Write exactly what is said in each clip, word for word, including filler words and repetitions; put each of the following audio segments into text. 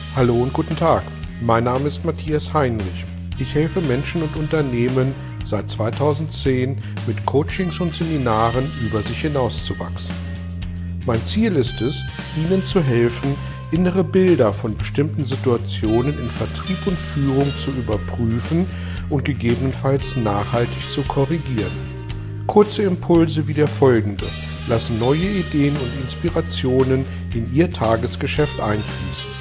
Hallo und guten Tag. Mein Name ist Matthias Heinrich. Ich helfe Menschen und Unternehmen seit zweitausendzehn mit Coachings und Seminaren über sich hinauszuwachsen. Mein Ziel ist es, Ihnen zu helfen, innere Bilder von bestimmten Situationen in Vertrieb und Führung zu überprüfen und gegebenenfalls nachhaltig zu korrigieren. Kurze Impulse wie der folgende lassen neue Ideen und Inspirationen in Ihr Tagesgeschäft einfließen.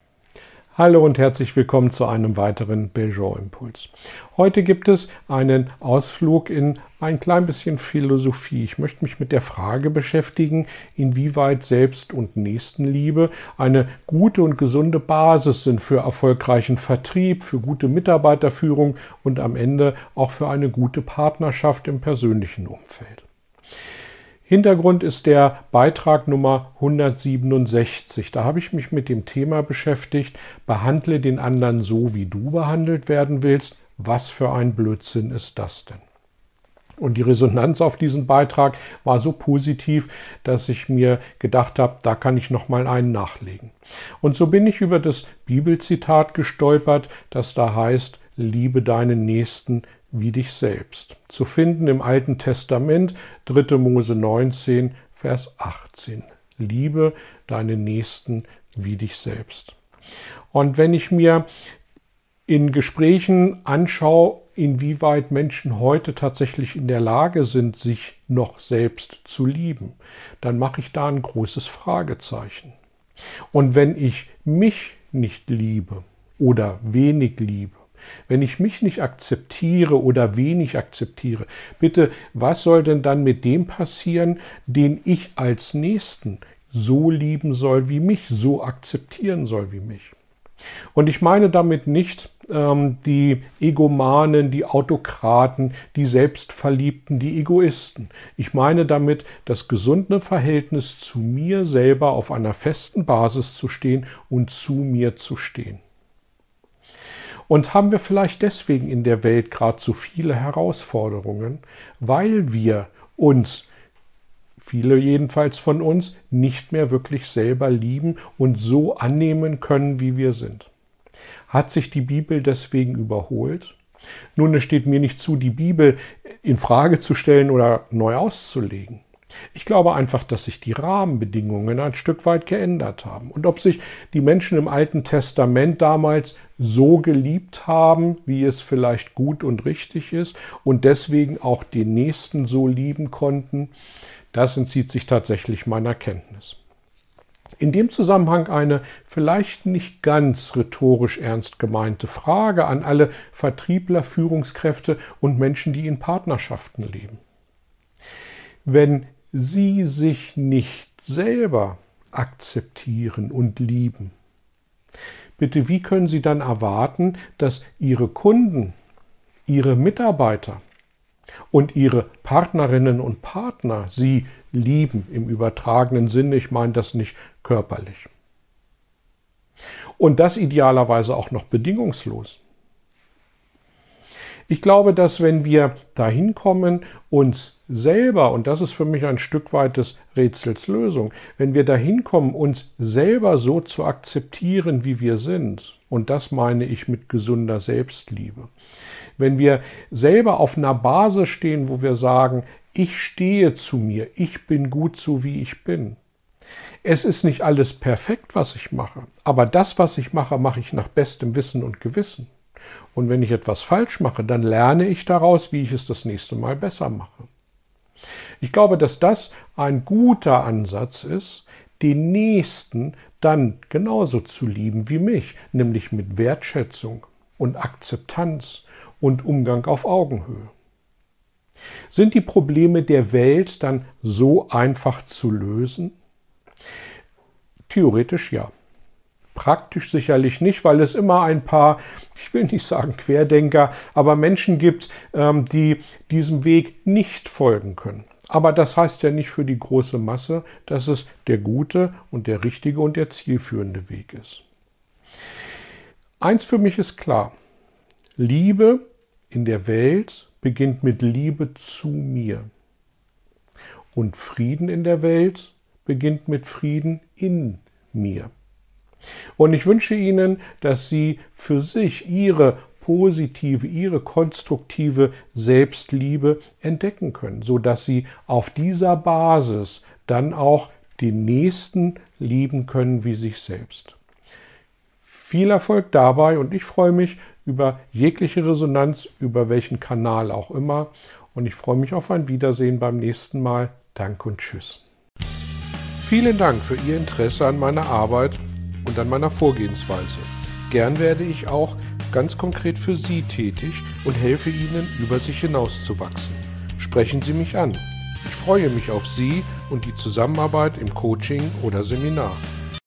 Hallo und herzlich willkommen zu einem weiteren Belgian-Impuls. Heute gibt es einen Ausflug in ein klein bisschen Philosophie. Ich möchte mich mit der Frage beschäftigen, inwieweit Selbst- und Nächstenliebe eine gute und gesunde Basis sind für erfolgreichen Vertrieb, für gute Mitarbeiterführung und am Ende auch für eine gute Partnerschaft im persönlichen Umfeld. Hintergrund ist der Beitrag Nummer hundertsiebenundsechzig. Da habe ich mich mit dem Thema beschäftigt, behandle den anderen so, wie du behandelt werden willst. Was für ein Blödsinn ist das denn? Und die Resonanz auf diesen Beitrag war so positiv, dass ich mir gedacht habe, da kann ich noch mal einen nachlegen. Und so bin ich über das Bibelzitat gestolpert, das da heißt, liebe deinen Nächsten wie dich selbst. Zu finden im Alten Testament, dritte Mose neunzehn, Vers achtzehn. Liebe deinen Nächsten wie dich selbst. Und wenn ich mir in Gesprächen anschaue, inwieweit Menschen heute tatsächlich in der Lage sind, sich noch selbst zu lieben, dann mache ich da ein großes Fragezeichen. Und wenn ich mich nicht liebe oder wenig liebe, wenn ich mich nicht akzeptiere oder wenig akzeptiere, bitte, was soll denn dann mit dem passieren, den ich als Nächsten so lieben soll wie mich, so akzeptieren soll wie mich? Und ich meine damit nicht ähm, die Egomanen, die Autokraten, die Selbstverliebten, die Egoisten. Ich meine damit das gesunde Verhältnis zu mir selber auf einer festen Basis zu stehen und zu mir zu stehen. Und haben wir vielleicht deswegen in der Welt gerade so viele Herausforderungen, weil wir uns, viele jedenfalls von uns, nicht mehr wirklich selber lieben und so annehmen können, wie wir sind. Hat sich die Bibel deswegen überholt? Nun, es steht mir nicht zu, die Bibel in Frage zu stellen oder neu auszulegen. Ich glaube einfach, dass sich die Rahmenbedingungen ein Stück weit geändert haben. Und ob sich die Menschen im Alten Testament damals so geliebt haben, wie es vielleicht gut und richtig ist und deswegen auch den Nächsten so lieben konnten, das entzieht sich tatsächlich meiner Kenntnis. In dem Zusammenhang eine vielleicht nicht ganz rhetorisch ernst gemeinte Frage an alle Vertriebler, Führungskräfte und Menschen, die in Partnerschaften leben. Wenn Sie sich nicht selber akzeptieren und lieben, bitte, wie können Sie dann erwarten, dass Ihre Kunden, Ihre Mitarbeiter und Ihre Partnerinnen und Partner Sie lieben im übertragenen Sinne? Ich meine das nicht körperlich. Und das idealerweise auch noch bedingungslos. Ich glaube, dass wenn wir dahin kommen, uns selber, und das ist für mich ein Stück weit des Rätsels Lösung, wenn wir dahin kommen, uns selber so zu akzeptieren, wie wir sind, und das meine ich mit gesunder Selbstliebe, wenn wir selber auf einer Basis stehen, wo wir sagen, ich stehe zu mir, ich bin gut so, wie ich bin. Es ist nicht alles perfekt, was ich mache, aber das, was ich mache, mache ich nach bestem Wissen und Gewissen. Und wenn ich etwas falsch mache, dann lerne ich daraus, wie ich es das nächste Mal besser mache. Ich glaube, dass das ein guter Ansatz ist, den Nächsten dann genauso zu lieben wie mich, nämlich mit Wertschätzung und Akzeptanz und Umgang auf Augenhöhe. Sind die Probleme der Welt dann so einfach zu lösen? Theoretisch ja. Praktisch sicherlich nicht, weil es immer ein paar, ich will nicht sagen Querdenker, aber Menschen gibt, die diesem Weg nicht folgen können. Aber das heißt ja nicht für die große Masse, dass es der gute und der richtige und der zielführende Weg ist. Eins für mich ist klar: Liebe in der Welt beginnt mit Liebe zu mir. Und Frieden in der Welt beginnt mit Frieden in mir. Und ich wünsche Ihnen, dass Sie für sich Ihre positive, Ihre konstruktive Selbstliebe entdecken können, sodass Sie auf dieser Basis dann auch den Nächsten lieben können wie sich selbst. Viel Erfolg dabei und ich freue mich über jegliche Resonanz, über welchen Kanal auch immer. Und ich freue mich auf ein Wiedersehen beim nächsten Mal. Danke und tschüss. Vielen Dank für Ihr Interesse an meiner Arbeit und an meiner Vorgehensweise. Gern werde ich auch ganz konkret für Sie tätig und helfe Ihnen, über sich hinauszuwachsen. Sprechen Sie mich an. Ich freue mich auf Sie und die Zusammenarbeit im Coaching oder Seminar.